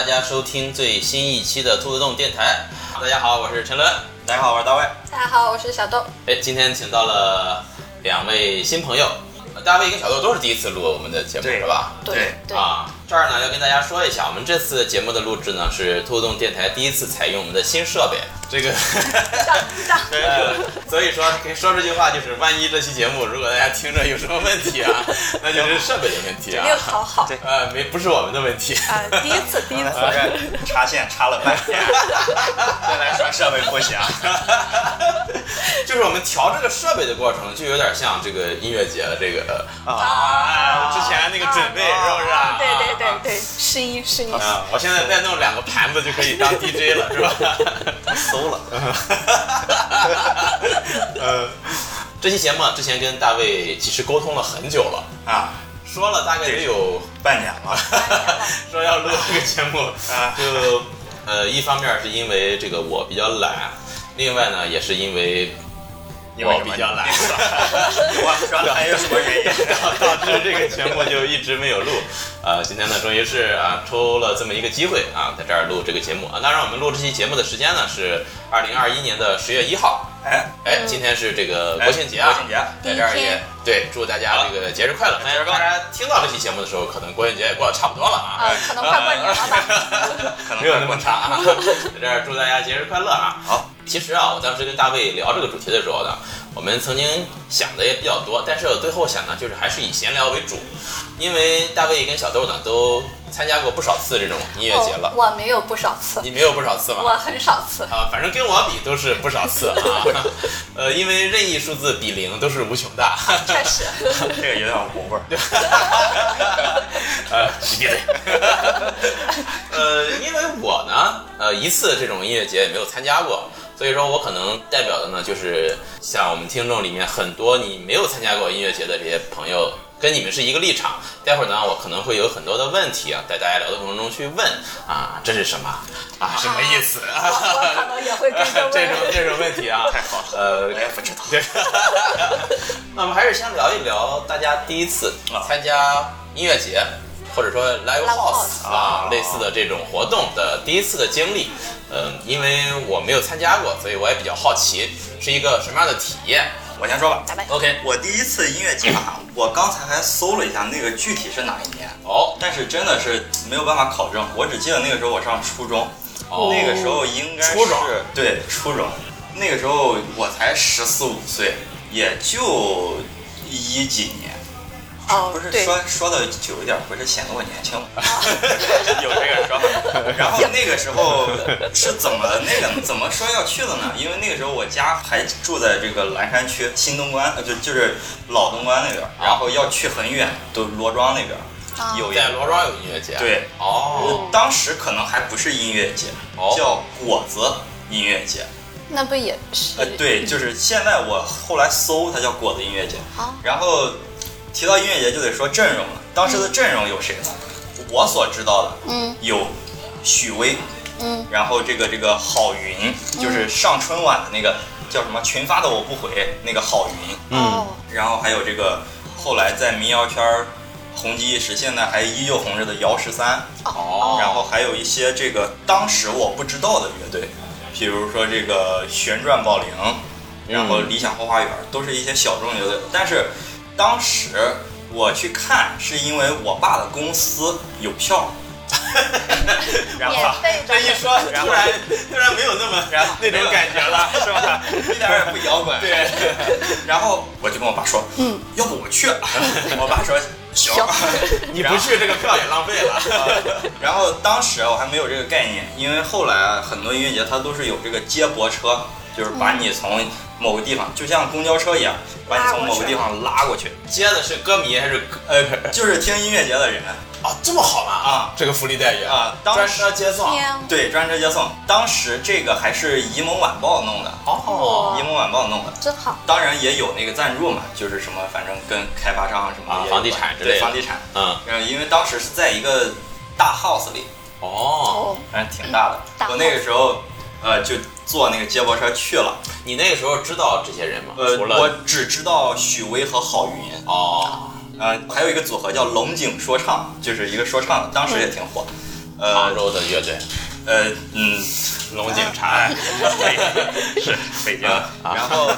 家收听最新一期的兔子洞电台。大家好，我是陈伦。 大家好，我是大卫。 大家好，我是小豆。 今天请到了2位新朋友，大卫跟小豆都是第一次录我们的节目，是吧？ 对啊，这儿呢要跟大家说一下，我们这次节目的录制呢是兔子洞电台第一次采用我们的新设备，这个所以说可以说这句话，就是万一这期节目如果大家听着有什么问题啊，那就是设备的问题啊， 没有讨好。 不是我们的问题啊，第一次插线插了半天，再来说设备不行。 就是我们调这个设备的过程，就有点像这个音乐节的这个之前那个准备，是不是啊？ 对，试音。 我现在再弄2个盘子就可以当 DJ 了，是吧？ 馊了。 这期节目之前跟大卫其实沟通了很久了啊，说了大概得有半年了， 说要录这个节目就一方面是因为这个我比较懒，另外呢也是因为我比较懒， 我不知道还有什么原因， 导致这个节目就一直没有录。今天呢，终于是抽了这么一个机会在这儿录这个节目当然，我们录这期节目的时间呢是2021年的10月1号。今天是这个国庆节在这儿也对祝大家这个节日快乐。当然，听到这期节目的时候，可能国庆节也过得差不多了可能快过年了吧？ 可能没有那么长在这儿祝大家节日快乐好。 其实我当时跟大卫聊这个主题的时候呢，我们曾经想的也比较多，但是我最后想呢，就是还是以闲聊为主，因为大卫跟小豆呢都参加过不少次这种音乐节了。 我没有不少次。 你没有不少次吗？ 我很少次反正跟我比都是不少次因为任意数字比0都是无穷大。 确实， 这个有点无味儿。 你闭嘴。因为我呢，一次这种音乐节也没有参加过。所以说我可能代表的呢，就是像我们听众里面很多你没有参加过音乐节的这些朋友，跟你们是一个立场。待会儿呢，我可能会有很多的问题在大家聊的过程中去问这是什么什么意思我可能也会跟着问这种问题太好了，我也不知道。 那我们还是先聊一聊大家第一次参加音乐节，或者说 live house 类似的这种活动的第一次的经历。因为我没有参加过，所以我也比较好奇是一个什么样的体验。 我先说吧。 OK， 我第一次音乐节我刚才还搜了一下那个具体是哪一年但是真的是没有办法考证。我只记得那个时候我上初中，那个时候应该是对初中，那个时候我才14、15岁，也就10几年。不是说的久一点，不是显得我年轻吗？有这个说法。然后那个时候是怎么说要去的呢？因为那个时候我家还住在这个蓝山区新东关，就是老东关那边，然后要去很远，都罗庄那边。 在罗庄有音乐节。 对。当时可能还不是音乐节，叫果子音乐节。 那不也是？ 对，就是现在我后来搜，它叫果子音乐节。然后提到音乐节就得说阵容了，当时的阵容有谁呢？我所知道的，有许巍，然后这个郝云，就是上春晚的那个叫什么群发的我不回那个郝云，然后还有这个后来在民谣圈红极一时，现在还依旧红着的姚13，然后还有一些这个当时我不知道的乐队，比如说这个旋转宝铃，然后理想后花园，都是一些小众乐队，但是当时我去看是因为我爸的公司有票，然后这一说突然没有那种感觉了，是吧？ 一点也不摇滚。 对。 然后我就跟我爸说，要不我去。我爸说行， 你不去这个票也浪费了。 然后当时我还没有这个概念，因为后来很多音乐节它都是有这个接驳车，就是把你从某个地方，就像公交车一样，把你从某个地方拉过去。 接的是歌迷还是就是听音乐节的人。 这么好吗？这个福利待遇专车接送。 对，专车接送。当时这个还是沂蒙晚报弄的。沂蒙晚报弄的， 真好。 当然也有那个赞助嘛，就是什么反正跟开发商什么房地产之类的。 对，房地产。因为当时是在一个大 house 里。反正挺大的。我那个时候就坐那个接驳车去了。 你那个时候知道这些人吗？ 我只知道许巍和郝云。还有一个组合叫龙井说唱，就是一个说唱的，当时也挺火。 杭州的乐队。龙井茶是北京，然后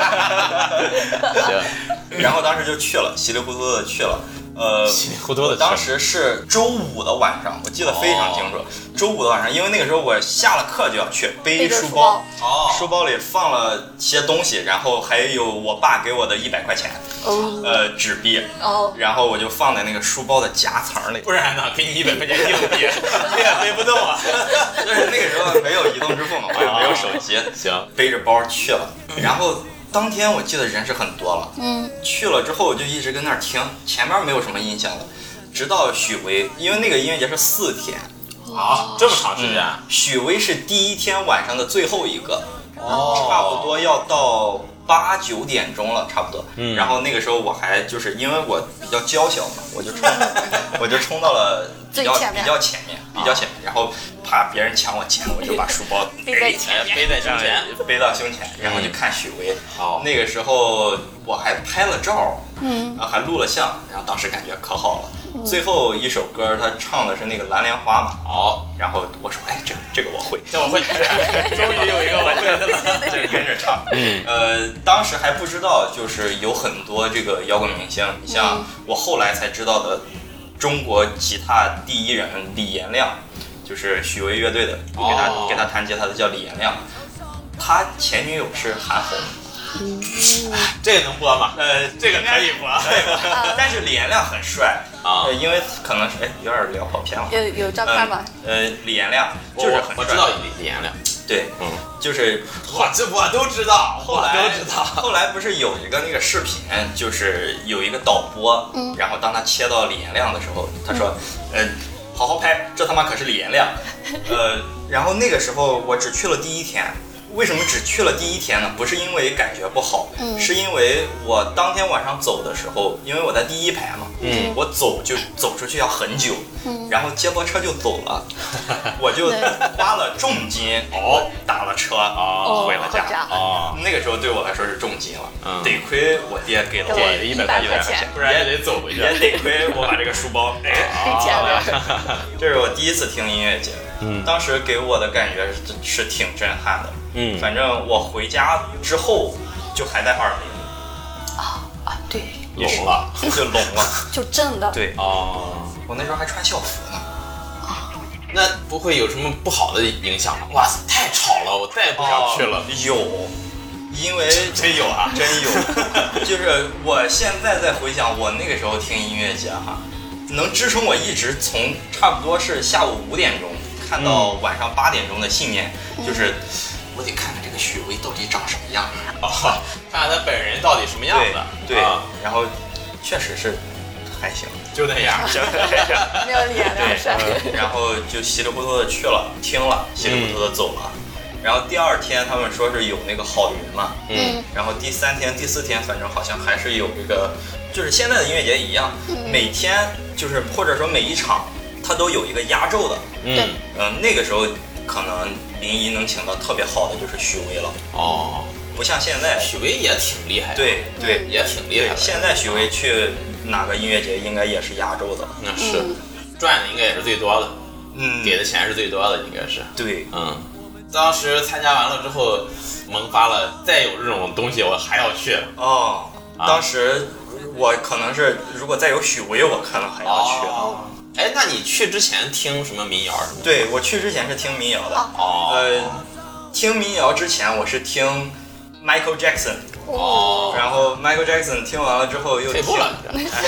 然后当时就去了，稀里糊涂的去了。 稀里糊涂的。 当时是周五的晚上，我记得非常清楚。周五的晚上，因为那个时候我下了课就要去，背书包，书包里放了些东西，然后还有我爸给我的100块钱，纸币，然后我就放在那个书包的夹层里。 不然呢？给你100块钱硬币，你也背不动啊。 就是那个时候没有移动支付嘛，我也没有手机， 行， 背着包去了，然后。当天我记得人是很多了，去了之后我就一直跟那儿听，前面没有什么印象了，直到许巍，因为那个音乐节是4天， 这么长时间。 许巍是第1天晚上的最后一个，差不多要到8、9点钟了，差不多。然后那个时候我还就是因为我比较娇小嘛，我就冲到了比较前面，然后怕别人抢我钱，我就把书包背到胸前，然后就看许巍。那个时候我还拍了照，然后还录了像，然后当时感觉可好了。最后一首歌他唱的是那个蓝莲花嘛，然后我说这个我会， 这我会，终于有一个我会的了， 就跟着唱。当时还不知道就是有很多这个摇滚明星，你像我后来才知道的中国吉他第1人李延亮，就是许巍乐队的，给他弹吉他的叫李延亮，他前女友是韩红。 这个能播吗？这个可以播， 但是李延亮很帅因为可能是有点聊跑偏了。 有照片吗？ 李延亮就是很帅， 我知道李延亮。 对，就是我都知道， 后来不是有一个那个视频，就是有一个导播，然后当他切到李延亮的时候，他说，好好拍，这他妈可是李延亮，然后那个时候我只去了第1天。为什么只去了第1天呢？不是因为感觉不好，是因为我当天晚上走的时候，因为我在第1排嘛，我走出去要很久，然后接驳车就走了，我就花了重金打了车回了家。那个时候对我来说是重金了，得亏我爹给了我100块钱， 不然也得走回去。 也得亏我把这个书包这是我第1次听音乐节，当时给我的感觉是挺震撼的。反正我回家之后就还在耳鸣对， 聋了， 就聋了， 就震的。 对我那时候还穿校服呢。 那不会有什么不好的影响吗？哇塞，太吵了，我再也不想去了。 有，因为真有啊， 真有。就是我现在在回想我那个时候听音乐节能支撑我一直从差不多是下午5点钟看到晚上8点钟的信念，就是我得看看这个许巍到底长什么样看看他本人到底什么样子。 对，然后确实是还行， 就那样， 没有李延亮帅。 然后就稀里糊涂的去了，听了，稀里糊涂的走了。然后第2天他们说是有那个郝云嘛，然后第3天、第4天，反正好像还是有这个，就是现在的音乐节一样，每天就是或者说每一场，它都有一个压轴的，那个时候可能01能请到特别好的就是许巍了。不像现在， 许巍也挺厉害的。 对， 也挺厉害的。 现在许巍去哪个音乐节应该也是压轴的， 那是赚的应该也是最多的，给的钱是最多的，应该是。 对， 当时参加完了之后，萌发了再有这种东西我还要去。 当时我可能是如果再有许巍，我可能还要去。 那你去之前听什么民谣什么？ 对，我去之前是听民谣的。听民谣之前我是听 Michael Jackson。然后 Michael Jackson 听完了之后又退步了，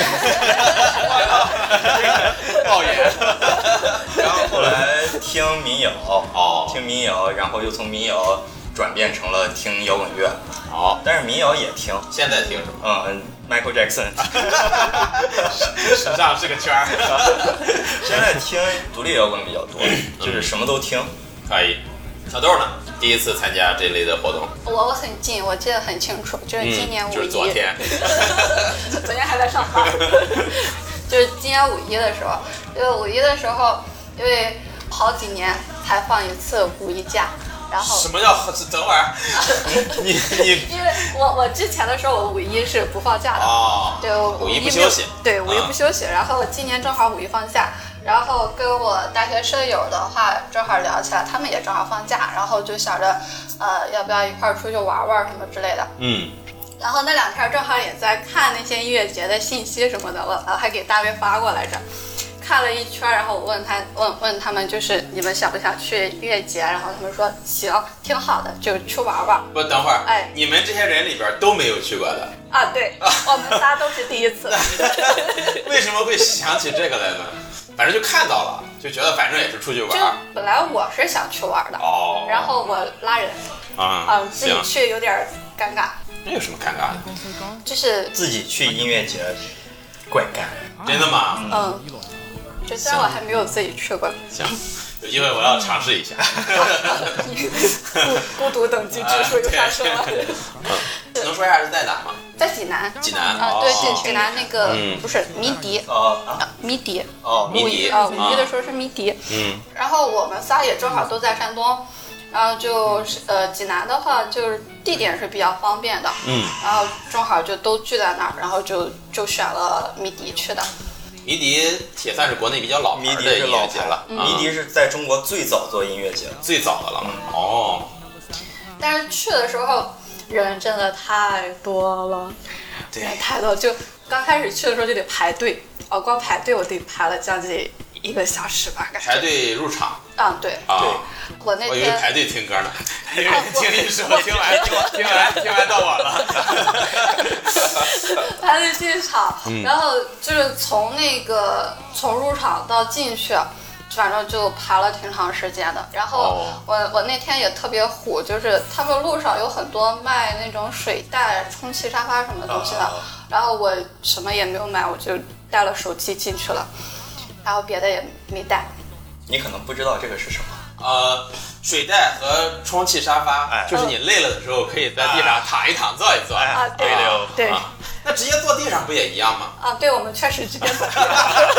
抱怨。 然后后来听民谣，然后又从民谣转变成了听摇滚乐。但是民谣也听。 现在听什么 ？Michael Jackson。 时尚是个圈儿。 现在听独立摇滚比较多，就是什么都听。 可以。小豆呢？第1次参加这类的活动， 我很近，我记得很清楚，就是今年5.1， 就是昨天， 昨天还在上班，就是今年5.1的时候，因为5.1的时候，因为好几年才放一次5.1假， 然后什么叫等会儿？你因为我之前的时候我五一是不放假的对，我五一不休息， 对，五一不休息。然后我今年正好五一放假，然后跟我大学舍友的话正好聊起来，他们也正好放假，然后就想着要不要一块儿出去玩玩什么之类的。然后那2天正好也在看那些音乐节的信息什么的，我还给大卫发过来着。看了一圈，然后我问他们，就是你们想不想去音乐节？然后他们说行，挺好的，就去玩玩。 不，等会儿，你们这些人里边都没有去过的啊？对，我们仨都是第一次。 为什么会想起这个来呢？反正就看到了，就觉得反正也是出去玩。 就本来我是想去玩的，然后我拉人，自己去有点尴尬。 那有什么尴尬的？ 就是自己去音乐节，怪尴尬。真的吗？ 就虽然我还没有自己去过。 行，有机会我要尝试一下。 孤独等级指数又上升了。 能说一下是在哪吗？ 在济南。 济南对，济南那个不是迷笛迷笛迷笛五一的时候是迷笛。然后我们仨也正好都在山东，然后就是济南的话就是地点是比较方便的，然后正好就都聚在那儿，然后就选了迷笛去的。 迷笛也算是国内比较老牌的音乐节了。 迷笛是在中国最早做音乐节， 最早的了。 但是去的时候人真的太多了， 对， 太多。就刚开始去的时候就得排队，光排队我得排了将近1个小时吧， 排队入场。 对。我那天我以为排队听歌呢，因为听历史我听完到我了。 排队进场，然后就是从入场到进去，反正就排了挺长时间的。然后我那天也特别虎，就是他们路上有很多卖那种水袋、充气沙发什么东西的，然后我什么也没有买，我就带了手机进去了，然后别的也没带。 你可能不知道这个是什么。 水袋和充气沙发，就是你累了的时候可以在地上躺一躺、坐一坐。 对。 那直接坐地上不也一样吗？ 对，我们确实直接坐地上。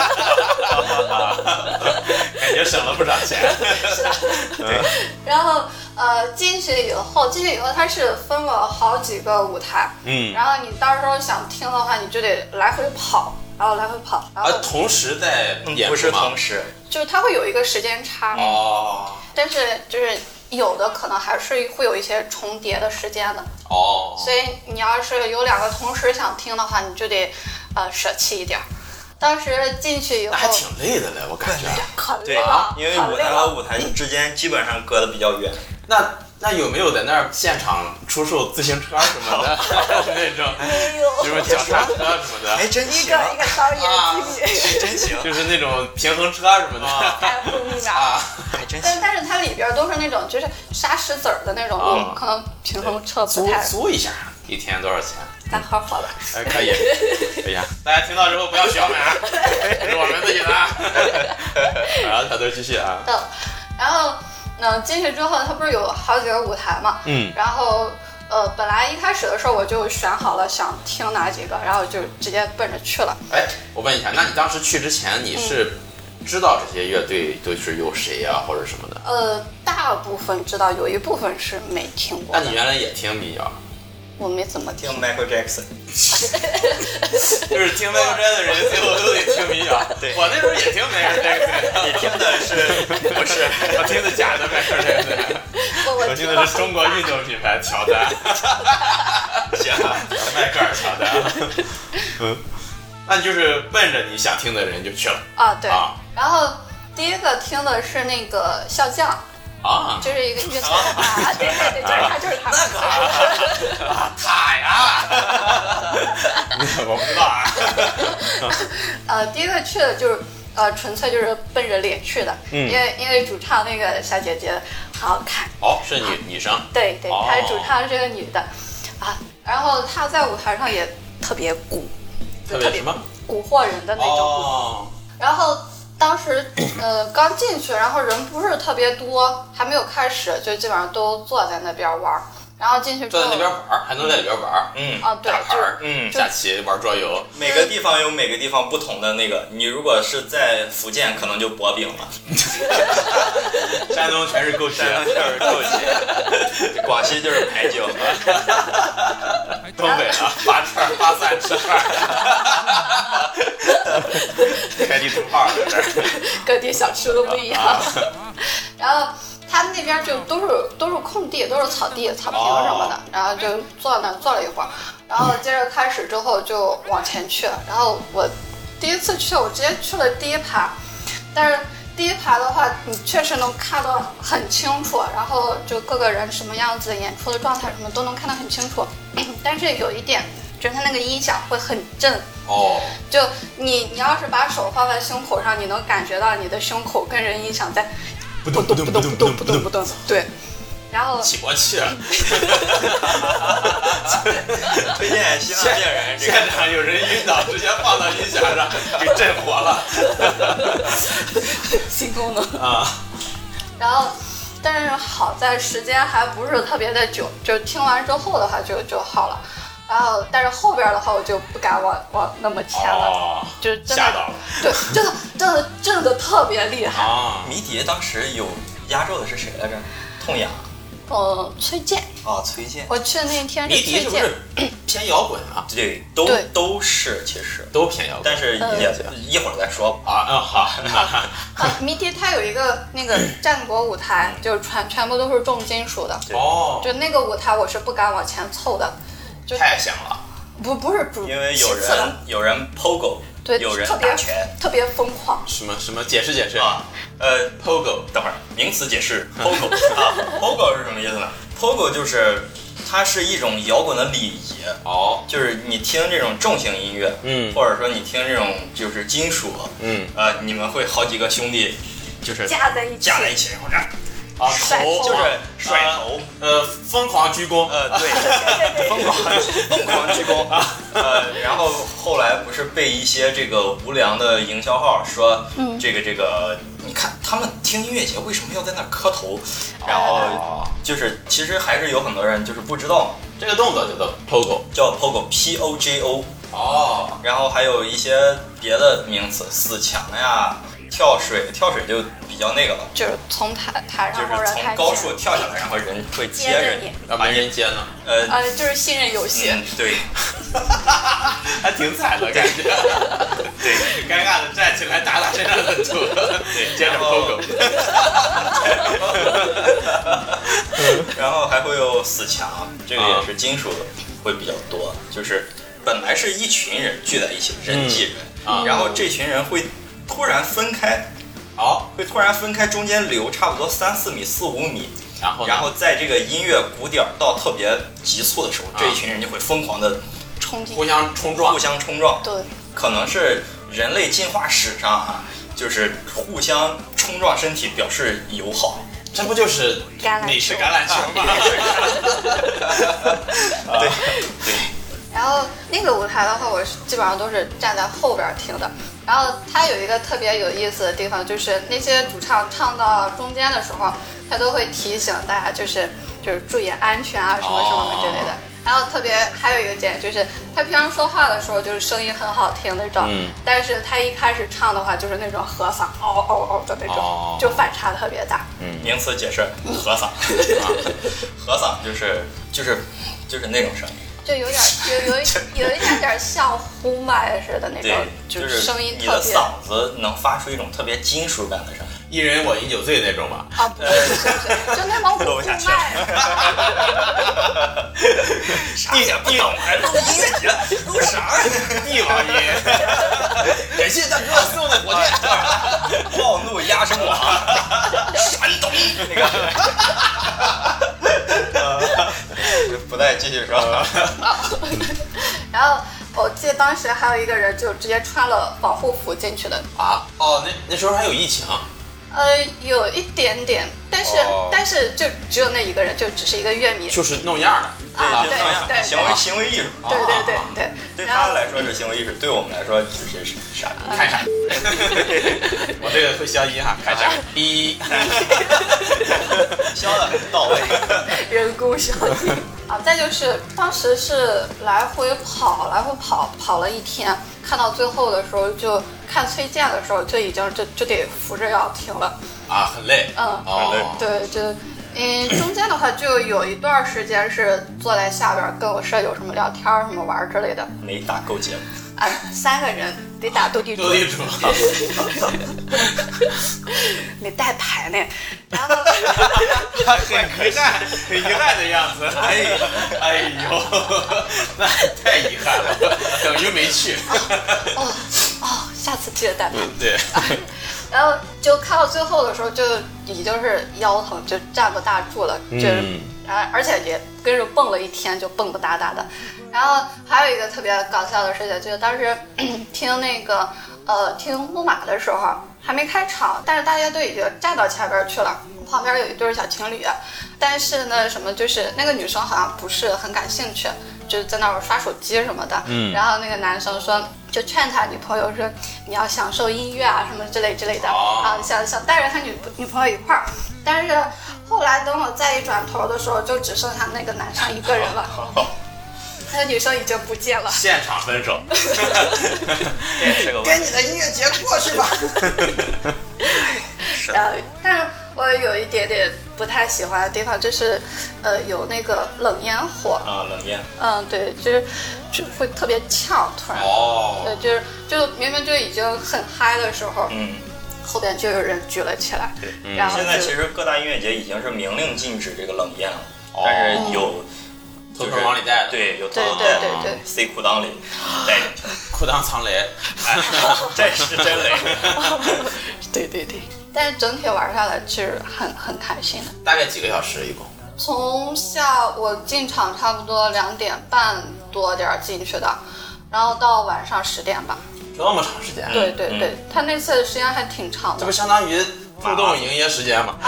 感觉省了不少钱。 是的。对。然后进去以后它是分了好几个舞台，然后你到时候想听的话，你就得来回跑。然后同时在演出吗？ 不是同时， 就是它会有一个时间差。但是就是有的可能还是会有一些重叠的时间的。所以你要是有2个同时想听的话，你就得舍弃一点。当时进去以后， 那还挺累的嘞，我感觉。 可累了。 因为舞台和舞台之间基本上隔得比较远。 那有没有在那儿现场出售自行车什么的那种？ 没有， 就是脚踏车什么的。 还真行。 一个商业机密。 还真行。 就是那种平衡车什么的。 太不密了。 还真行。 但是它里边都是那种就是沙石子的那种路，可能平衡车不太。 租一下，一天多少钱？ 咱好好的。 可以。哎呀，大家听到之后不要学我们啊，这是我们自己的。然后小豆继续啊。 然后。进去之后，它不是有好几个舞台嘛？然后本来一开始的时候我就选好了想听哪几个，然后就直接奔着去了。 我问一下，那你当时去之前你是知道这些乐队都是有谁呀，或者什么的？ 大部分知道，有一部分是没听过的。 那你原来也听民谣？ 我没怎么听 Michael Jackson， 就是听 Michael Jackson 的人最后都得听民谣。对，我那时候也听 Michael Jackson， 你听的是不是？ 我听的假的 Michael Jackson， 我听的是中国运动品牌乔丹，迈克尔乔丹。那就是奔着你想听的人就去了。 对。然后第一个听的是那个笑匠。就是一个乐队对，就是他。 那个他呀，我不知道第一个去的就是纯粹就是奔着脸去的，因为主唱那个小姐姐很好看。 是女生。 对，她是主唱是个女的然后她在舞台上也特别特别什么蛊惑人的那种然后。当时刚进去，然后人不是特别多，还没有开始，就基本上都坐在那边玩。 然后进去之后坐在那边玩，还能在里边玩， 对， 打牌，下棋玩桌游。 每个地方有每个地方不同的那个，你如果是在福建，可能就薄饼了。 山东全是枸杞， 就是枸杞，广西就是牌酒， 东北啊发串发散吃串，开地图炮在这儿， 各地小吃都不一样。然后他们那边就都是空地，都是草地、草坪什么的，然后就坐那坐了一会儿，然后接着开始之后就往前去。然后我第一次去，我直接去了第一排，但是第一排的话，你确实能看到很清楚，然后就各个人什么样子、演出的状态什么都能看得很清楚。但是有一点，就是它那个音响会很震。就你要是把手放在胸口上，你能感觉到你的胸口跟人音响在不动不动不动不动不动不动， 对。然后起过气了。 推荐希腊病人， 现场有人晕倒，直接放到音响上给震活了。 新功能啊。 然后，但是好在时间还不是特别的久，就听完之后的话就好了。然后，但是后边的话我就不敢往那么前了，就是真的吓到了。 对，真的特别厉害。 迷笛当时有压轴的是谁来着？痛痒。 崔健。 崔健。 我去的那天是迷笛是不是偏摇滚啊？ 对，都是，其实都偏摇滚， 但是也一会儿再说吧。好。 迷笛它有一个那个战国舞台，就是全部都是重金属的。就那个舞台我是不敢往前凑的。 太响了， 不是因为有人 pogo， 对， 有人打拳， 特别疯狂。 什么？解释啊 ？pogo， 等会儿名词解释 pogo 啊 ，pogo 是什么意思呢 ？pogo 就是它是一种摇滚的礼仪就是你听这种重型音乐，或者说你听这种就是金属，你们会好几个兄弟就是架在一起， 然后这样。 头就是甩头， 疯狂鞠躬， 对，疯狂鞠躬然后后来不是被一些这个无良的营销号说，这个，你看他们听音乐节为什么要在那磕头？然后就是其实还是有很多人就是不知道这个动作叫做 pogo， 叫 pogo，P-O-G-O。然后还有一些别的名词，死墙呀。跳水就比较那个了， 就是从台上就是从高处跳下来，然后人会接着你， 要把人接呢。 就是信任游戏。 对， 还挺惨的感觉。对，尴尬的站起来打身上的土，对，接着 pogo。 然后还会有死墙，这个也是金属会比较多，就是本来是一群人聚在一起，人挤人，然后这群人会突然分开，会突然分开，中间留差不多3-4米、4-5米，然后在这个音乐鼓点到特别急促的时候，这一群人就会疯狂的冲击， 互相冲撞。 对， 可能是人类进化史上就是互相冲撞身体表示友好。 这不就是美式橄榄球吗？ 对。 然后那个舞台的话，我基本上都是站在后边听的。然后它有一个特别有意思的地方，就是那些主唱唱到中间的时候，他都会提醒大家，就是注意安全啊，什么什么之类的。然后特别还有一个点就是，他平常说话的时候就是声音很好听那种，但是他一开始唱的话就是那种和嗓，的那种，就反差特别大。 名词解释：和嗓。和嗓就是那种声音。 就有一点点像呼麦似的那种， 就是声音特别。 你的嗓子能发出一种特别金属感的声音。 一人我饮酒醉那种吗？ 不是，就那种呼麦。 啥也不懂，还录音乐节，录啥？ 帝王音。感谢大哥送的火箭。 暴怒压身王，山东那个。不带继续说。 然后我记得当时还有一个人就直接穿了保护服进去的那时候还有疫情。 有一点点，但是就只有那一个人，就只是一个乐迷， 就是弄样的。 对， 行为艺术。 对。 对他来说是行为艺术，对我们来说只是傻逼。 看傻逼。我这个会消音哈，看傻逼。 消的很到位。 人工消音。 啊，再就是当时是来回跑了一天，看到最后的时候就看崔健的时候就已经就得扶着腰听了啊，很累。 很累。 对，就中间的话就有一段时间是坐在下边跟我舍友什么聊天什么玩之类的。 没打够节目。 啊，3个人得打斗地主。没带牌呢，然后很遗憾的样子。哎呦，那太遗憾了，等于没去。 下次记得带牌。 对。 然后就看到最后的时候，就已经是腰疼，就站不大住了，就是而且也跟着蹦了一天，就蹦蹦哒哒的。然后还有一个特别搞笑的事情，就是当时听那个听木马的时候还没开场，但是大家都已经站到前边去了，旁边有一对小情侣，但是呢就是那个女生好像不是很感兴趣，就是在那儿刷手机什么的。然后那个男生说，就劝他女朋友说，你要享受音乐啊什么之类的，啊想带着他女朋友一块儿。但是后来等我再一转头的时候，就只剩下那个男生一个人了。他的女生已经不见了， 现场分手。 跟你的音乐节过去吧。 但是我有一点点不太喜欢的地方，就是有那个冷烟火啊，冷烟。 对，就会特别呛，突然。对，就明明就已经很嗨的时候，后边就有人举了起来。 对， 然后现在其实各大音乐节已经是明令禁止这个冷烟了，但是有。 偷偷往里带的， 对，有偷偷带的，塞裤裆里带进去， 裤裆藏雷， 这是真雷。 对，但是整体玩下来是很开心的。 大概几个小时一共？ 从我进场差不多2点半多点进去的，然后到晚上10点吧。 这么长时间？ 对，他那次时间还挺长的。 这不相当于互动营业时间吗？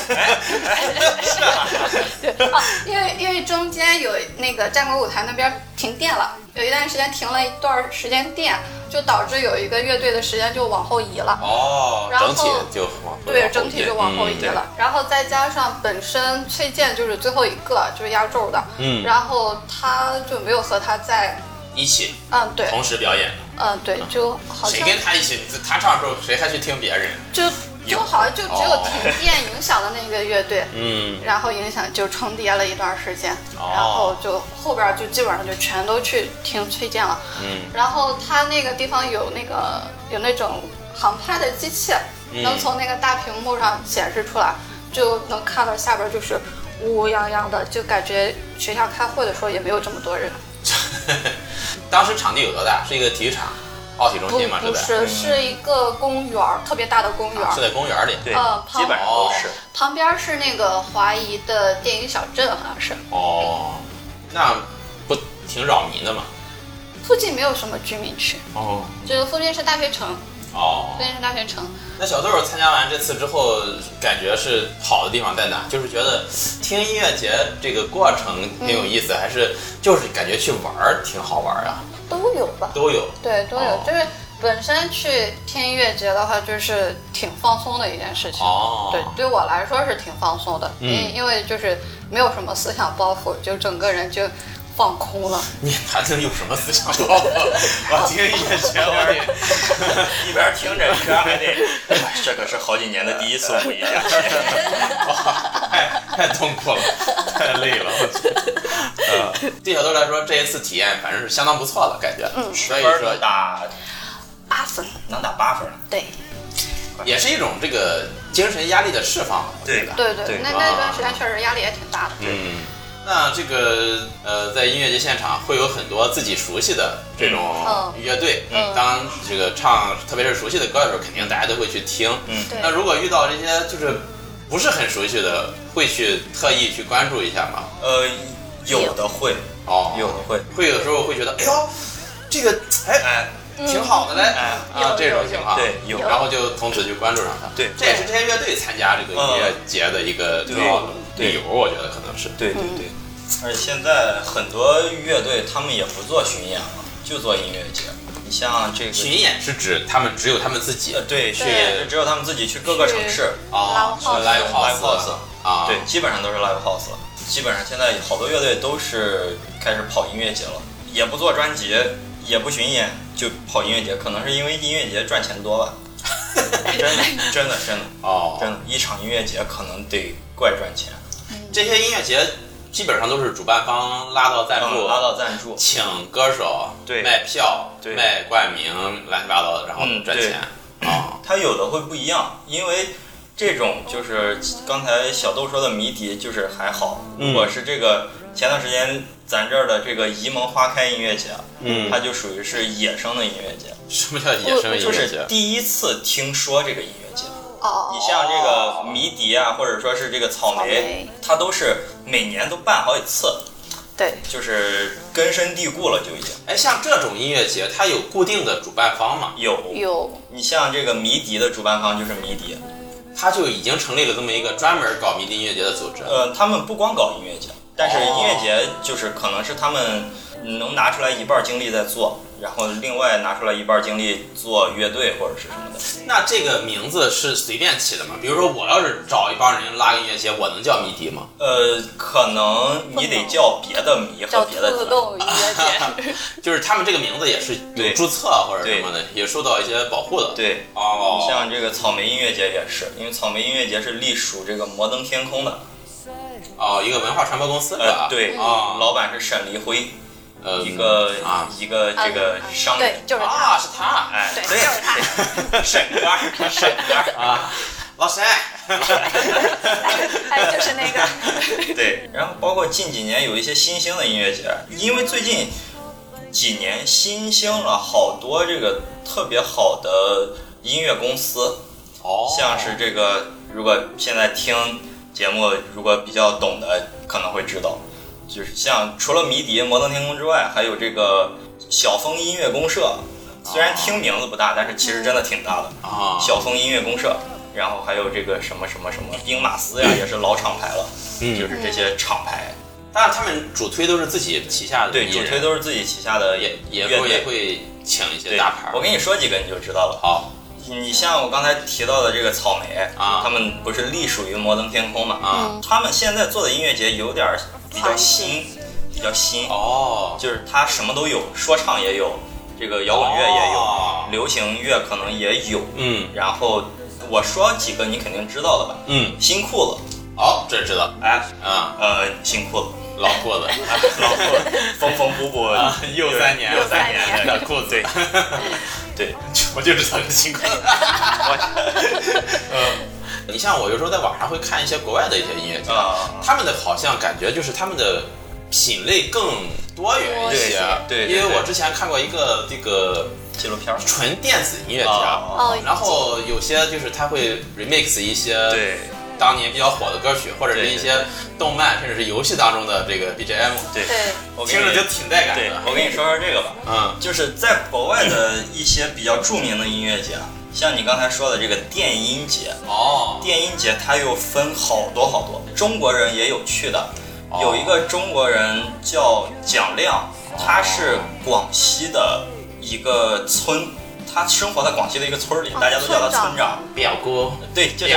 对啊，因为中间有那个战国舞台那边停电了，有一段时间停了一段时间电，就导致有一个乐队的时间就往后移了。 然后整体就往后移了。然后再加上本身崔健就是最后一个，就是压轴的，然后他就没有和他在一起，对，同时表演的，对，就好像谁跟他一起，他唱的时候谁还去听别人？就好像就只有停电影响的那个乐队，然后影响就重叠了一段时间，然后就后边就基本上就全都去听崔健了，然后他那个地方有那种航拍的机器，能从那个大屏幕上显示出来，就能看到下边就是乌乌泱泱的，就感觉学校开会的时候也没有这么多人。当时场地有多大？是一个体育场？奥体中心嘛，不是，是一个公园，特别大的公园，是在公园里，对，基本上都是。旁边是那个华谊的电影小镇，好像是。那不挺扰民的吗？附近没有什么居民区，就是附近是大学城。附近是大学城。那小豆参加完这次之后，感觉是好的地方在哪？就是觉得听音乐节这个过程挺有意思，还是就是感觉去玩挺好玩啊？都有吧，都有，对，都有。就是本身去听音乐节的话，就是挺放松的一件事情。对，对我来说是挺放松的，因为就是没有什么思想包袱，就整个人就放空了。你还能有什么思想包袱？我听音乐节而已，一边听着一边还得，这可是好几年的第一次五一假期，太痛苦了，太累了，我觉得。对小豆来说，这一次体验反正是相当不错的感觉。所以说打8分，能打8分了。对，也是一种这个精神压力的释放。对，那段时间确实压力也挺大的。那这个在音乐节现场会有很多自己熟悉的这种乐队，当这个唱特别是熟悉的歌的时候，肯定大家都会去听。那如果遇到这些就是不是很熟悉的，会去特意去关注一下吗？有的会，有的会有的时候会觉得，哎呦，这个挺好的嘞，这种情况，对，有，然后就从此就关注上它。对，这也是这些乐队参加这个音乐节的一个重要的理由，我觉得可能是。对。而且现在很多乐队他们也不做巡演了，就做音乐节。你像这个巡演是指他们只有他们自己，对，巡演是只有他们自己去各个城市去 live house 啊，对，基本上都是 live house。 基本上现在好多乐队都是开始跑音乐节了，也不做专辑，也不巡演，就跑音乐节，可能是因为音乐节赚钱多吧。真的哦， 真的，一场音乐节可能得怪赚钱。 这些音乐节基本上都是主办方拉到赞助，请歌手， 对， 卖票，对，卖冠名，乱七八糟的，然后赚钱。 它有的会不一样，因为这种就是刚才小豆说的迷笛，就是还好。如果是这个前段时间咱这儿的这个沂蒙花开音乐节，它就属于是野生的音乐节。 什么叫野生音乐节？ 就是第一次听说这个音乐节。 你像这个迷笛啊，或者说是这个草莓，它都是每年都办好几次。 对， 就是根深蒂固了就已经。 哎，像这种音乐节，它有固定的主办方吗？ 有。 你像这个迷笛的主办方就是迷笛， 它就已经成立了这么一个专门搞迷笛音乐节的组织。 他们不光搞音乐节，但是音乐节就是可能是他们能拿出来一半精力在做，然后另外拿出来一半精力做乐队或者是什么的。 那这个名字是随便起的吗？比如说我要是找一帮人拉个音乐节，我能叫迷笛吗？ 可能你得叫别的迷和别的叫兔子洞音乐节。 就是他们这个名字也是有注册或者什么的，也受到一些保护的。 对，你像这个草莓音乐节也是，因为草莓音乐节是隶属这个摩登天空的。 一个文化传播公司是吧？ 对，老板是沈黎辉。一个这个商人， 对，就是他， 是他， 哎， 对，就是他， 沈哥啊， 老沈， 哎，就是那个， 对。然后包括近几年有一些新兴的音乐节，因为最近几年新兴了好多这个特别好的音乐公司，像是这个，如果现在听节目如果比较懂的可能会知道。就是像除了迷笛、摩登天空之外，还有这个小峰音乐公社，虽然听名字不大，但是其实真的挺大的小峰音乐公社，然后还有这个什么兵马司呀，也是老厂牌了，就是这些厂牌。 当然，他们主推都是自己旗下的， 对，主推都是自己旗下的， 也会请一些大牌。 我跟你说几个你就知道了。 好。 你像我刚才提到的这个草莓他们不是隶属于摩登天空嘛？他们现在做的音乐节有点比较新，就是它什么都有，说唱也有，这个摇滚乐也有，流行乐可能也有，然后我说几个你肯定知道的吧？新裤子， 这知道， 新裤子。 老裤子， 缝缝补补又3年的裤子， 对， 我就知道这新裤子。你像我有时候在网上会看一些国外的一些音乐节，他们的好像感觉就是他们的品类更多元一些。 对， 因为我之前看过一个这个纪录片， 纯电子音乐节，然后有些就是他会 remix 一些对。 当年比较火的歌曲，或者是一些动漫甚至是游戏当中的这个 BGM， 对， 我听着就挺带感的。 我跟你说说这个吧，就是在国外的一些比较著名的音乐节，像你刚才说的这个电音节，电音节它又分好多，中国人也有去的，有一个中国人叫蒋亮，他是广西的一个村。他生活在广西的一个村里，大家都叫他村长。 表哥， 对，就是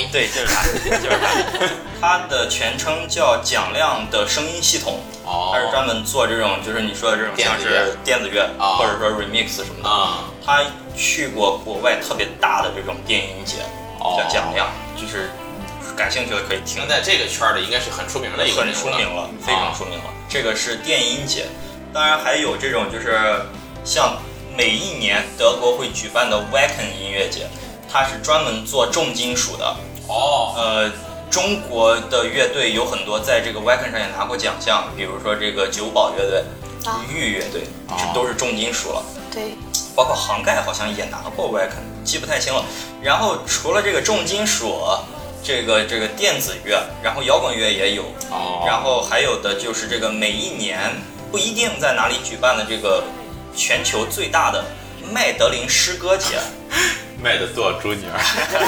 他，他的全称叫蒋亮的声音系统，他是专门做这种，就是你说的这种像是电子乐，或者说 remix 什么的。他去过国外特别大的这种电音节，叫蒋亮，就是感兴趣的可以听。 在这个圈里应该是很出名的一个人， 很出名了，非常出名了。这个是电音节，当然还有这种就是像。每一年德国会举办的 Wacken 音乐节，它是专门做重金属的。中国的乐队有很多在这个 Wacken 上也拿过奖项，比如说这个九宝乐队、玉乐队，这都是重金属了。 对， 包括杭盖好像也拿过 Wacken， 记不太清了。然后除了这个重金属，这个电子乐，然后摇滚乐也有。然后还有的就是这个每一年不一定在哪里举办的这个。全球最大的麦德林诗歌节， 卖的做猪女儿，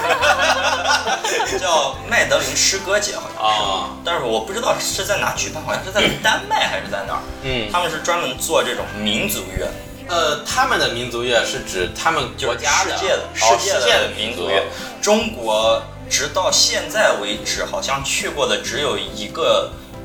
叫麦德林诗歌节，好像是，但是我不知道是在哪举办，好像是在丹麦还是在哪儿。他们是专门做这种民族乐。 他们的民族乐是指他们国家的世界的民族乐。中国直到现在为止，好像去过的只有一个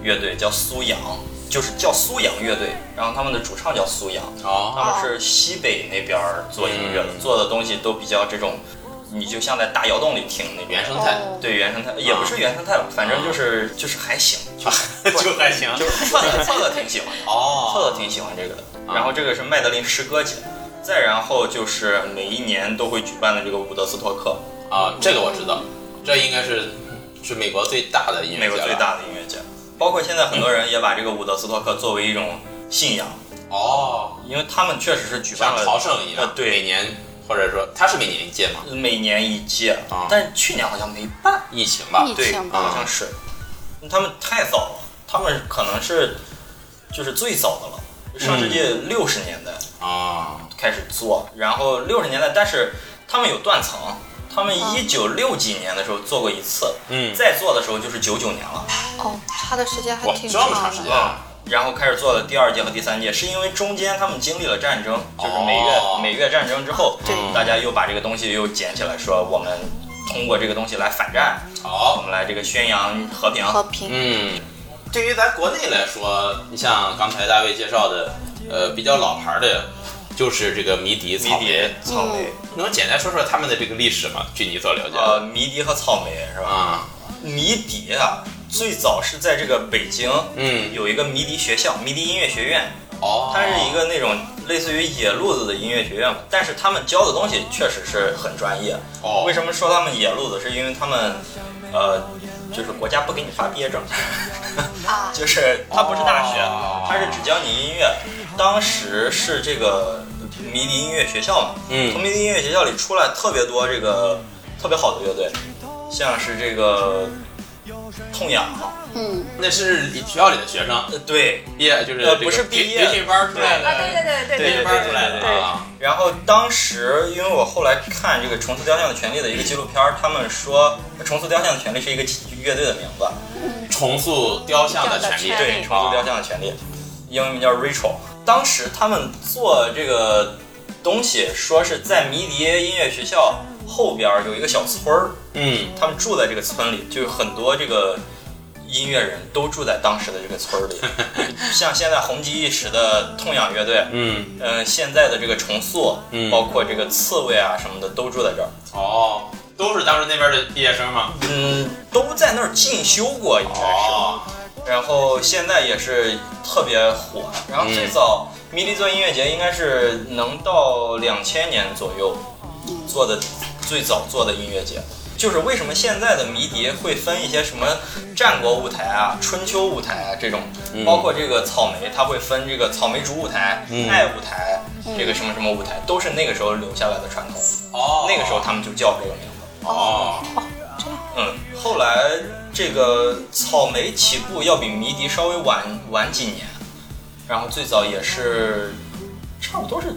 乐队，叫苏阳，就是叫苏阳乐队，然后他们的主唱叫苏阳，他们是西北那边做音乐的，做的东西都比较这种，你就像在大窑洞里听那种原生态， 对原生态也不是原生态吧，反正就是还行， 就还行， 就是策策挺喜欢的，策挺喜欢这个的。然后这个是麦德林诗歌节，再然后就是每一年都会举办的这个伍德斯托克啊，这个我知道，这应该是美国最大的音乐节， 美国最大的音乐节。包括现在很多人也把这个伍德斯托克作为一种信仰因为他们确实是举办了像朝圣一样， 对， 每年或者说它是每年一届吗？ 每年一届但是去年好像没办， 疫情吧？ 对，好像是。他们太早了，他们可能是就是最早的了，上世纪60年代开始做，然后60年代，但是他们有断层。他们1960几年的时候做过一次，再做的时候就是99年了。 差的时间还挺长的。这么长时间然后开始做了第2届和第3届，是因为中间他们经历了战争，就是美越战争之后，大家又把这个东西又捡起来，说我们通过这个东西来反战，我们来这个宣扬和平。 对于咱国内来说，你像刚才大卫介绍的，比较老牌的。就是这个迷笛、草莓，能简单说说他们的这个历史吗？据你所了解， 迷笛和草莓是吧？迷笛啊，最早是在这个北京，有一个迷笛学校，迷笛音乐学院，它是一个那种类似于野路子的音乐学院，但是他们教的东西确实是很专业。为什么说他们野路子？是因为他们，就是国家不给你发毕业证，就是它不是大学，它是只教你音乐。当时是这个迷笛音乐学校嘛，从迷笛音乐学校里出来特别多这个特别好的乐队，像是这个痛痒， 那是学校里的学生， 对， 毕业就是不是毕业培训班出来的， 对， 培训班出来的。 然后当时因为我后来看这个《虫子雕像的权利》的一个纪录片，他们说《虫子雕像的权利》是一个乐队的名字， 重塑雕像的权利， 对，重塑雕像的权利，英文名叫 Rachel。当时他们做这个东西，说是在迷笛音乐学校后边有一个小村儿，他们住在这个村里，就很多这个音乐人都住在当时的这个村里，像现在红极一时的痛痒乐队，现在的这个重塑，包括这个刺猬啊什么的都住在这儿。 都是当时那边的毕业生吗？ 都在那儿进修过，应该是。然后现在也是特别火。然后最早迷笛做音乐节应该是能到2000年左右做的最早做的音乐节。就是为什么现在的迷笛会分一些什么战国舞台啊、春秋舞台啊这种，包括这个草莓，它会分这个草莓竹舞台、爱舞台，这个什么什么舞台，都是那个时候留下来的传统。那个时候他们就叫这个名字。后来这个草莓起步要比迷笛稍微晚几年，然后最早也是差不多是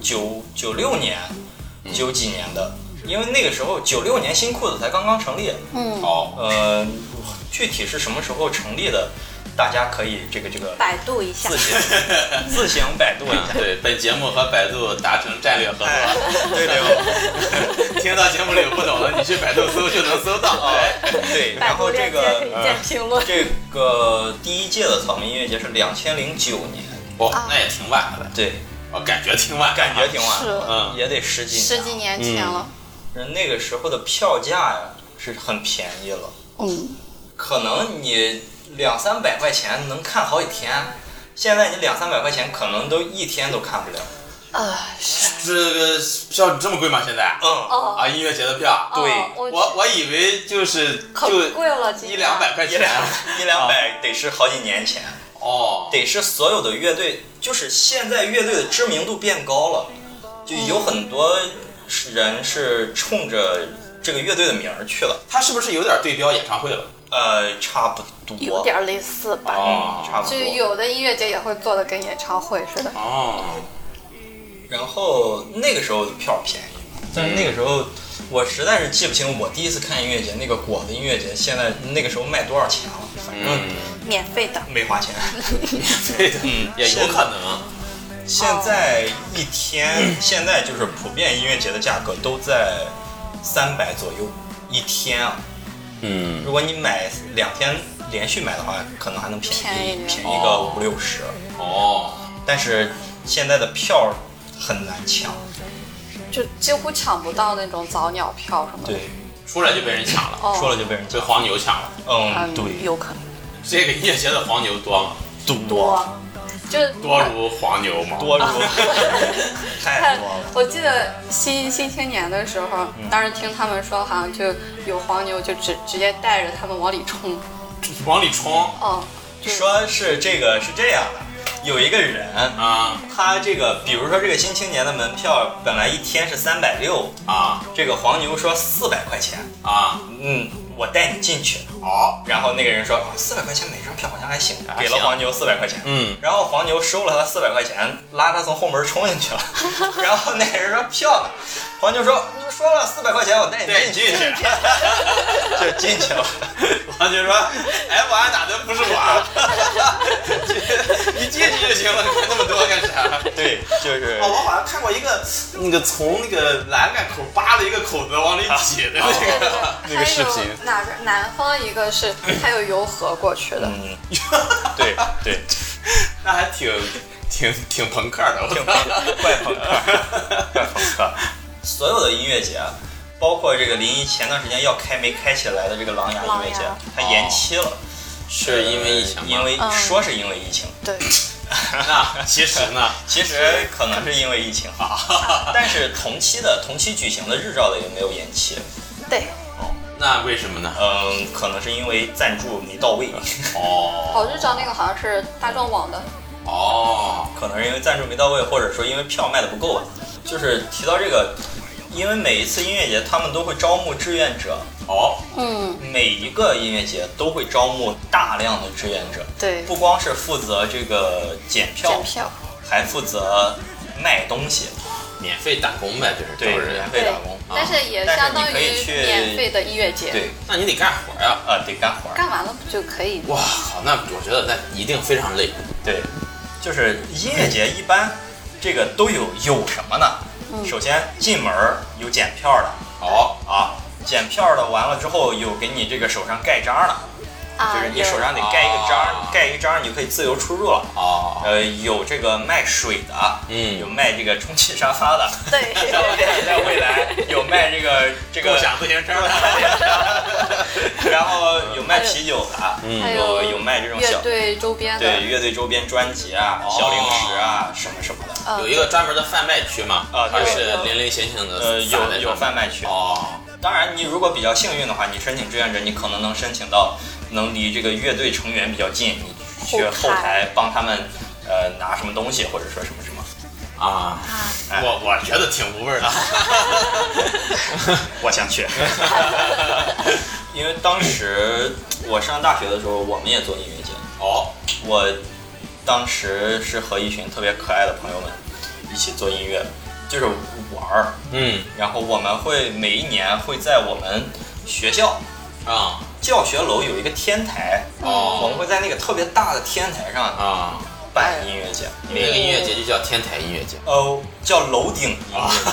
96年、90几年的，因为那个时候96年新裤子才刚刚成立。具体是什么时候成立的，大家可以这个百度一下， 自行百度一下。 对，本节目和百度达成战略合作。 对， 听到节目里有不懂的，你去百度搜就能搜到。 对，然后这个这个第一届的草莓音乐节是2009年。 那也挺晚的。 对， 感觉挺晚， 也得十几年前了。 那个时候的票价呀是很便宜了。可能你200-300块钱能看好几天，现在你200-300块钱可能都一天都看不了。 这个票这么贵吗？现在？音乐节的票， 对， 我以为就贵了 100-200块钱 ，100-200得是好几年前。得是所有的乐队，就是现在乐队的知名度变高了，就有很多人是冲着这个乐队的名儿去了。 他是不是有点对标演唱会了？ 差不多， 有点类似吧。 差不多。 就有的音乐节也会做的跟演唱会似的。 然后那个时候的票便宜，但是那个时候我实在是记不清我第一次看音乐节那个果的音乐节，现在那个时候卖多少钱了？反正免费的， 没花钱。 免费的，也有可能。 现在一天，现在就是普遍音乐节的价格都在300左右一天啊。如果你买2天连续买的话，可能还能便宜个50-60。 哦， 但是现在的票很难抢， 就几乎抢不到那种早鸟票什么的。 对， 出来就被人抢了， 出来就被人被黄牛抢了。 对， 有可能。 这个音乐节的黄牛多吗？ 多，就多如黄牛吗？ 多如太多了。 我记得新青年的时候，当时听他们说，好像就有黄牛就直接带着他们往里冲， 往里冲。 说是这样的，有一个人啊， 他这个比如说这个新青年的门票本来一天是360 啊， 这个黄牛说400块钱啊， 我带你进去。然后那个人说400块钱每张票好像还行，给了黄牛400块钱。然后黄牛收了他400块钱，拉他从后门冲进去了。然后那个人说票呢？黄牛说你说了400块钱，我带你进去，就进去了。 黄牛说我俺打的不是我，你进去就行了，看那么多干啥？ 对，就是我好像看过一个那个从那个栏杆口扒了一个口子往里挤的那个视频。 哪边？南方一个是还有油河过去的。 对， 那还挺朋克的， 怪朋克。所有的音乐节，包括这个临沂前段时间要开没开起来的这个琅琊音乐节，它延期了， 是因为疫情吗？ 说是因为疫情。 对。 那其实呢？ 其实可能是因为疫情但是同期举行的日照的也没有延期。 对。 那为什么呢？ 可能是因为赞助没到位。 日照那个好像是大众网的。 可能是因为赞助没到位，或者说因为票卖的不够吧。就是提到这个，因为每一次音乐节他们都会招募志愿者。每一个音乐节都会招募大量的志愿者。 对， 不光是负责这个检票，还负责卖东西。 免费打工呗，就是对，免费打工。 但是也相当于免费的音乐节。 对， 那你得干活呀。 得干活。 干完了不就可以？ 哇，好，那我觉得那一定非常累。 对，就是音乐节一般这个都有什么呢？首先进门有检票的。检票的完了之后有给你这个手上盖章的。就是你手上得盖一个章，你就可以自由出入了。有这个卖水的，有卖这个充气沙发的， 对， 在未来有卖这个共享自行车的， 然后有卖啤酒的，有卖这种乐队周边的， 对，乐队周边专辑啊、小零食啊什么的。 有一个专门的贩卖区嘛，还是零零星星的， 有贩卖区。当然，你如果比较幸运的话，你申请志愿者，你可能能申请到能离这个乐队成员比较近，你去后台帮他们拿什么东西，或者说什么我觉得挺无味的。 我想去。因为当时我上大学的时候，我们也做音乐节。我当时是和一群特别可爱的朋友们一起做音乐。就是玩儿，然后我们会每一年会在我们学校教学楼有一个天台，我们会在那个特别大的天台上办音乐节。 那个音乐节就叫天台音乐节， 叫楼顶音乐节。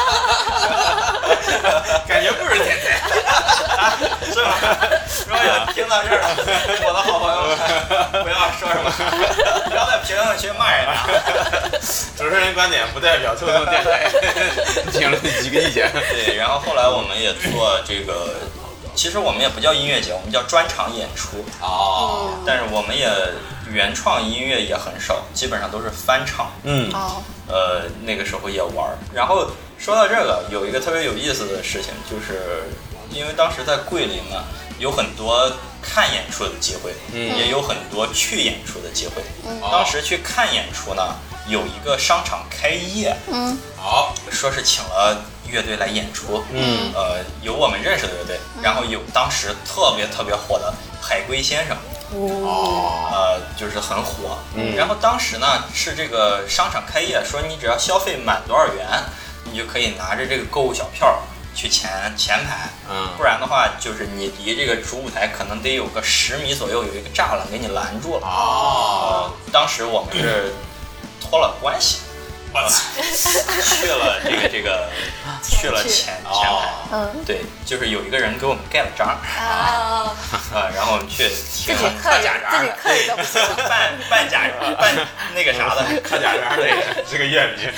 感觉不是天台， 是吗？如果有听到这儿了，我的好朋友们，不要说什么，不要在评论区骂人家。 主持人观点不代表透露电台评论几个意见。 对，然后后来我们也做这个，其实我们也不叫音乐节，我们叫专场演出。但是我们也原创音乐也很少，基本上都是翻唱。那个时候也玩。然后说到这个，有一个特别有意思的事情，就是因为当时在桂林嘛，有很多看演出的机会，也有很多去演出的机会。当时去看演出呢，有一个商场开业，说是请了乐队来演出，有我们认识的乐队，然后有当时特别火的海龟先生。就是很火。然后当时呢是这个商场开业，说你只要消费满多少元，你就可以拿着这个购物小票去前排，不然的话就是你离这个主舞台可能得有个10米左右，有一个栅栏给你拦住了。当时我们是托了关系， 去了这个去了前排，对，就是有一个人给我们盖了章然后我们去听刻假章，自己刻一个不行， 办假办那个啥的， 刻假章的是个乐迷，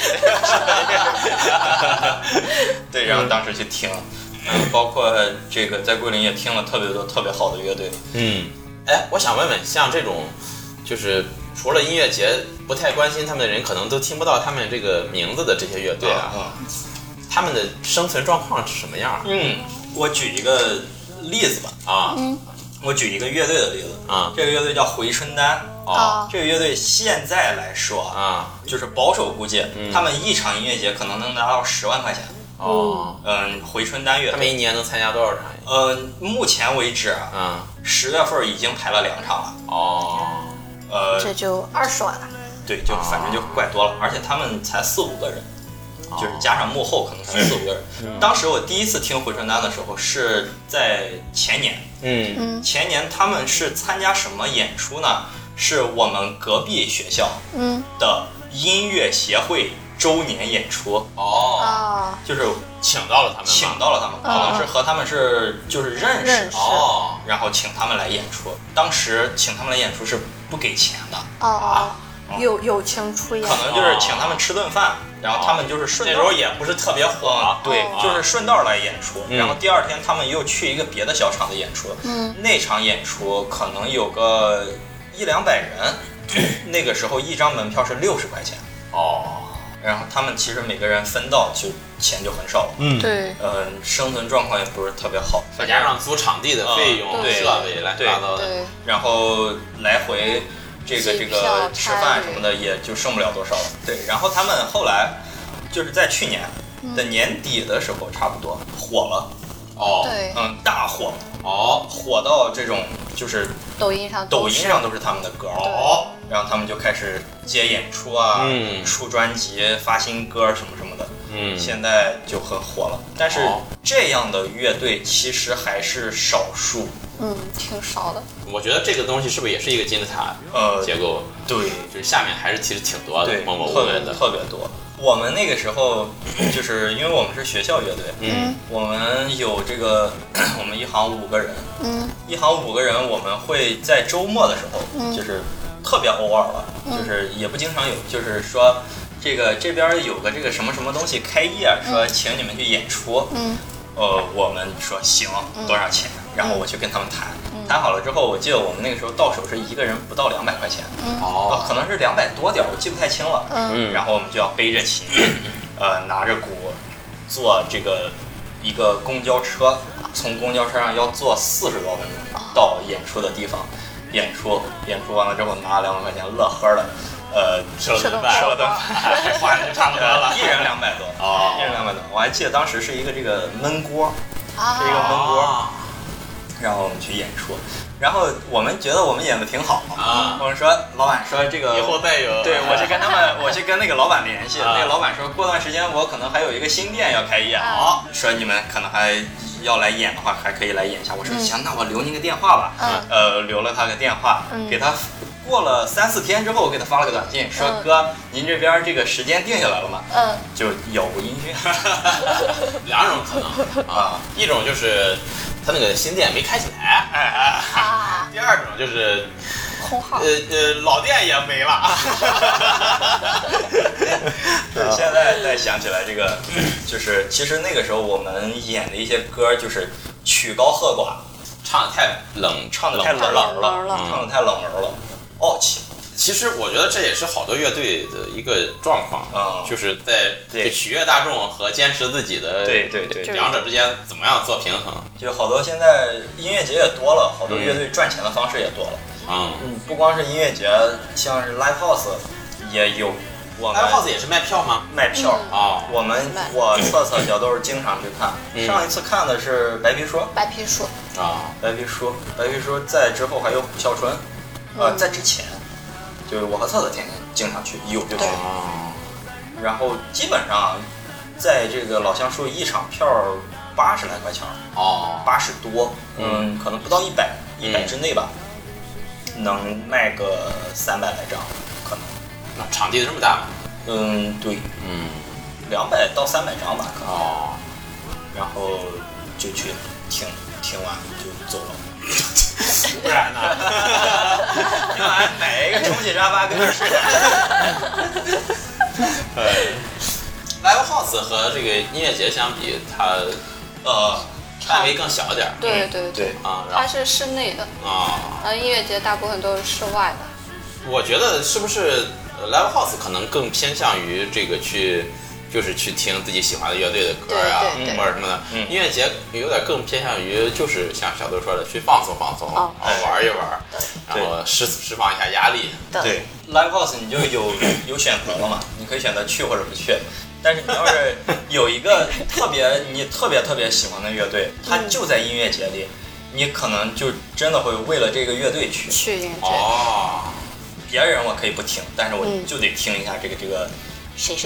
对，然后当时去听，包括这个在桂林也听了特别多特别好的乐队， 哎，我想问问，像这种就是除了音乐节不太关心他们的人，可能都听不到他们这个名字的这些乐队他们的生存状况是什么样？ 我举一个例子吧我举一个乐队的例子这个乐队叫回春丹这个乐队现在来说就是保守估计他们一场音乐节可能能拿到10万块钱回春丹乐队他们一年能参加多少场？ 目前为止10月份已经排了2场了这就20万了。 对，就反正就怪多了，而且他们才4-5个人，就是加上幕后可能才4-5个人。当时我第一次听回春丹的时候是在前年，前年他们是参加什么演出呢？是我们隔壁学校的音乐协会周年演出就是请到了他们， 可能是和他们是就是认识然后请他们来演出。当时请他们来演出是不给钱的友情出演， 可能就是请他们吃顿饭，然后他们就是顺道， 那时候也不是特别火对，就是顺道来演出。然后第二天他们又去一个别的小场的演出，那场演出可能有个100-200人，那个时候一张门票是60块钱然后他们其实每个人分到就钱就很少了， 对， 生存状况也不是特别好， 再加上租场地的费用、设备乱七八糟的， 然后来回这个吃饭什么的也就剩不了多少了。对，然后他们后来就是在去年的年底的时候，差不多火了， 对， 大火，火到这种就是抖音上都是他们的歌然后他们就开始接演出出专辑、发新歌什么什么的，现在就很火了。但是这样的乐队其实还是少数， 挺少的。 我觉得这个东西是不是也是一个金字塔结构？ 对， 就是下面还是其实挺多的，默默无闻的， 特别多。我们那个时候就是因为我们是学校乐队，我们有这个我们一行5个人，一行5个人，我们会在周末的时候，就是特别偶尔了，就是也不经常有，就是说这边有个这个什么什么东西开业，说请你们去演出，我们说行，多少钱？然后我去跟他们谈好了之后，我记得我们那个时候到手是一个人不到200块钱，可能是200多点，我记不太清了。然后我们就要背着琴，拿着鼓，坐这个一个公交车，从公交车上要坐40多分钟到演出的地方，演出完了之后拿了200块钱，乐呵的。 吃了顿饭，花的就差不多了， 一人200多一人200多。我还记得当时是一个这个焖锅，是一个焖锅。然后我们去演出，然后我们觉得我们演的挺好我们说老板说这个以后再有， 对，我去跟那个老板联系，那个老板说过段时间我可能还有一个新店要开业说你们可能还要来演的话还可以来演一下。我说行，那我留您个电话吧，留了他个电话，给他过了3-4天之后，我给他发了个短信说哥，您这边这个时间定下来了吗？就杳无音讯。 2种可能一种就是他那个新店没开起来，第2种就是空号， 老店也没了。 对，现在再想起来这个，就是其实那个时候我们演的一些歌就是曲高和寡， 唱的太冷门了，傲气。 其实我觉得这也是好多乐队的一个状况就是在取悦大众和坚持自己的对两者之间怎么样做平衡。 就好多现在音乐节也多了，好多乐队赚钱的方式也多了。不光是音乐节，像是 live house 也有。 live house 也是卖票吗？ 卖票我测脚都是经常去看。上一次看的是白皮书。白皮书在之后还有虎啸春，在之前。就是我和策策天天经常去，有就去。然后基本上在这个老橡树一场票80来块钱，80多，可能不到100之内吧，能卖个300来张，可能。 那场地这么大吗？ 对，200到300张吧，可能。 哦， 然后就去听完就走了。 不然呢？ 听完买一个重启沙发跟这睡。 Live House 和这个音乐节相比，它范围更小点儿。 对啊， 它是室内的啊， 然后音乐节大部分都是室外的。 我觉得是不是Live House 可能更偏向于这个就是去听自己喜欢的乐队的歌啊，或者什么的。音乐节有点更偏向于就是像小豆说的，去放松放松，玩一玩，然后释放一下压力。 对 ，Live House 你就有选择了嘛，你可以选择去或者不去。但是你要是有一个你特别喜欢的乐队，它就在音乐节里，你可能就真的会为了这个乐队去音乐节。 哦， 别人我可以不听，但是我就得听一下这个谁。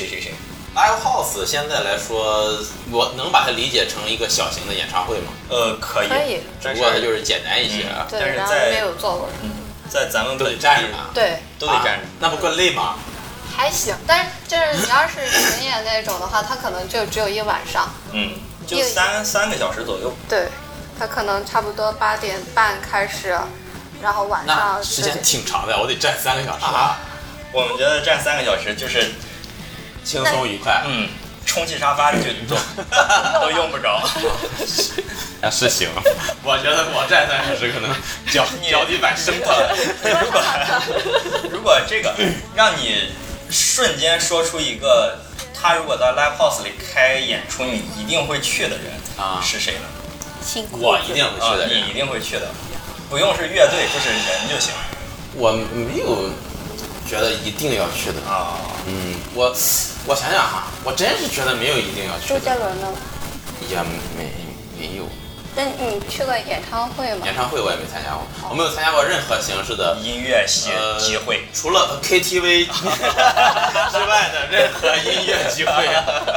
Live House 现在来说，我能把它理解成一个小型的演唱会吗？ 可以， 只不过它就是简单一些。 对， 但是没有座位。 在咱们都得站着呢。 对， 都得站着。 那不更累吗？ 还行，但是就是你要是巡演那种的话，它可能就只有一晚上。 就3个小时左右。 对，它可能差不多8点半开始，然后晚上时间挺长的，我得站3个小时我们觉得站3个小时就是轻松愉快。 充气沙发就都用不着。 是行，我觉得我站3小时可能脚底板生疼。 如果这个让你瞬间说出一个他如果在 Live House 里开演出你一定会去的人是谁呢？ 我一定会去的人。 你一定会去的，不用是乐队，就是人就行。 我没有觉得一定要去的我想想哈，我真是觉得没有一定要去的。 周杰伦呢？ 也没有。 那你去过演唱会吗？ 演唱会我也没参加过，我没有参加过任何形式的音乐集会， 除了 KTV 之外的任何音乐集会。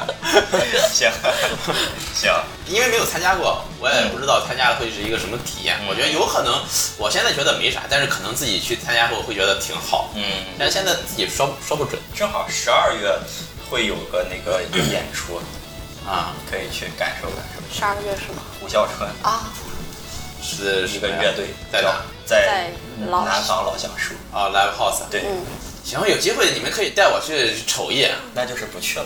行， 因为没有参加过，我也不知道参加了会是一个什么体验。我觉得有可能，我现在觉得没啥，但是可能自己去参加后会觉得挺好。但是现在自己说不准。 正好12月会有个那个演出可以去感受感受。 12月是吗？ 呼啸春是一个乐队， 在哪？ 在南方老橡树 Live House。对，行，有机会你们可以带我去瞅一眼。 那就是不去了。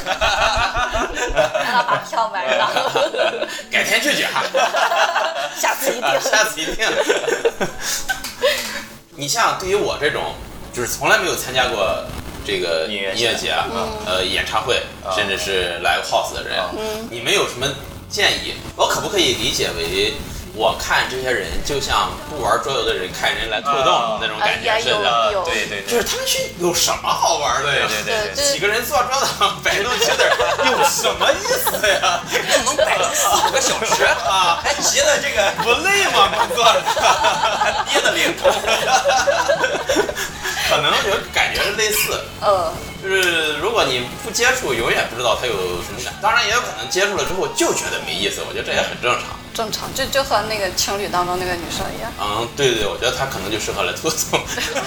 让他把票买上。 改天去哈。 下次一定。 你像对于我这种就是从来没有参加过这个音乐节演唱会甚至是 Live House 的人，你们有什么建议？我可不可以理解为我看这些人就像不玩桌游的人看人来兔洞那种感觉似的？ 对， 就是他们去有什么好玩的呀？ 对， 几个人坐桌子上摆动棋子有什么意思呀？ 就能摆4个小时还急的这个不累吗？工作还憋得脸痛。 可能有感觉是类似，就是如果你不接触，永远不知道它有什么感。当然也有可能接触了之后就觉得没意思，我觉得这也很正常。 正常，就和那个情侣当中那个女生一样。 对，我觉得她可能就适合来兔洞。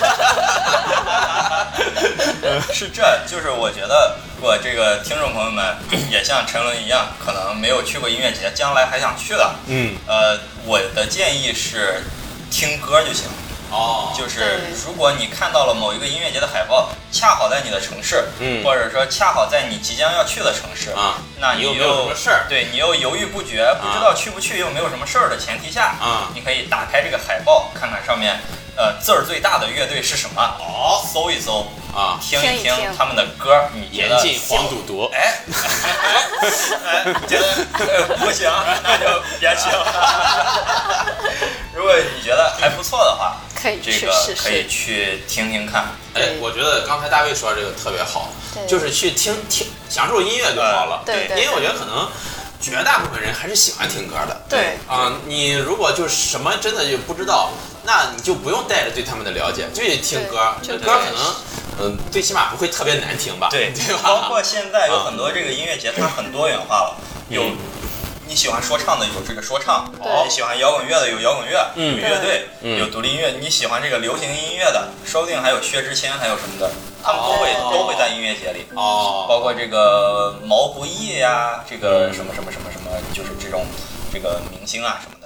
就是我觉得，如果这个听众朋友们也像陈伦一样，可能没有去过音乐节，将来还想去的，我的建议是听歌就行。就是如果你看到了某一个音乐节的海报，恰好在你的城市，或者说恰好在你即将要去的城市，那你又没有什么事儿， 对你又犹豫不决，不知道去不去，又没有什么事儿的前提下，你可以打开这个海报，看看上面字儿最大的乐队是什么，搜一搜听一听他们的歌，你觉得严禁黄赌毒， 觉得不行，那就别去了。如果你觉得还不错的话， 可以去试试， 可以去听听看。 我觉得刚才大卫说这个特别好，就是去听享受音乐就好了。 对， 因为我觉得可能绝大部分人还是喜欢听歌的。 对你如果就是什么真的就不知道，那你就不用带着对他们的了解，就得听歌。这歌可能最起码不会特别难听吧？对吧？ 包括现在有很多这个音乐节，它很多元化了，有。你喜欢说唱的有这个说唱，你喜欢摇滚乐的有摇滚乐，有乐队，有独立音乐。你喜欢这个流行音乐的，说不定还有薛之谦，还有什么的， 他们都会在音乐节里包括这个毛不易呀，这个什么，就是这种这个明星啊什么的。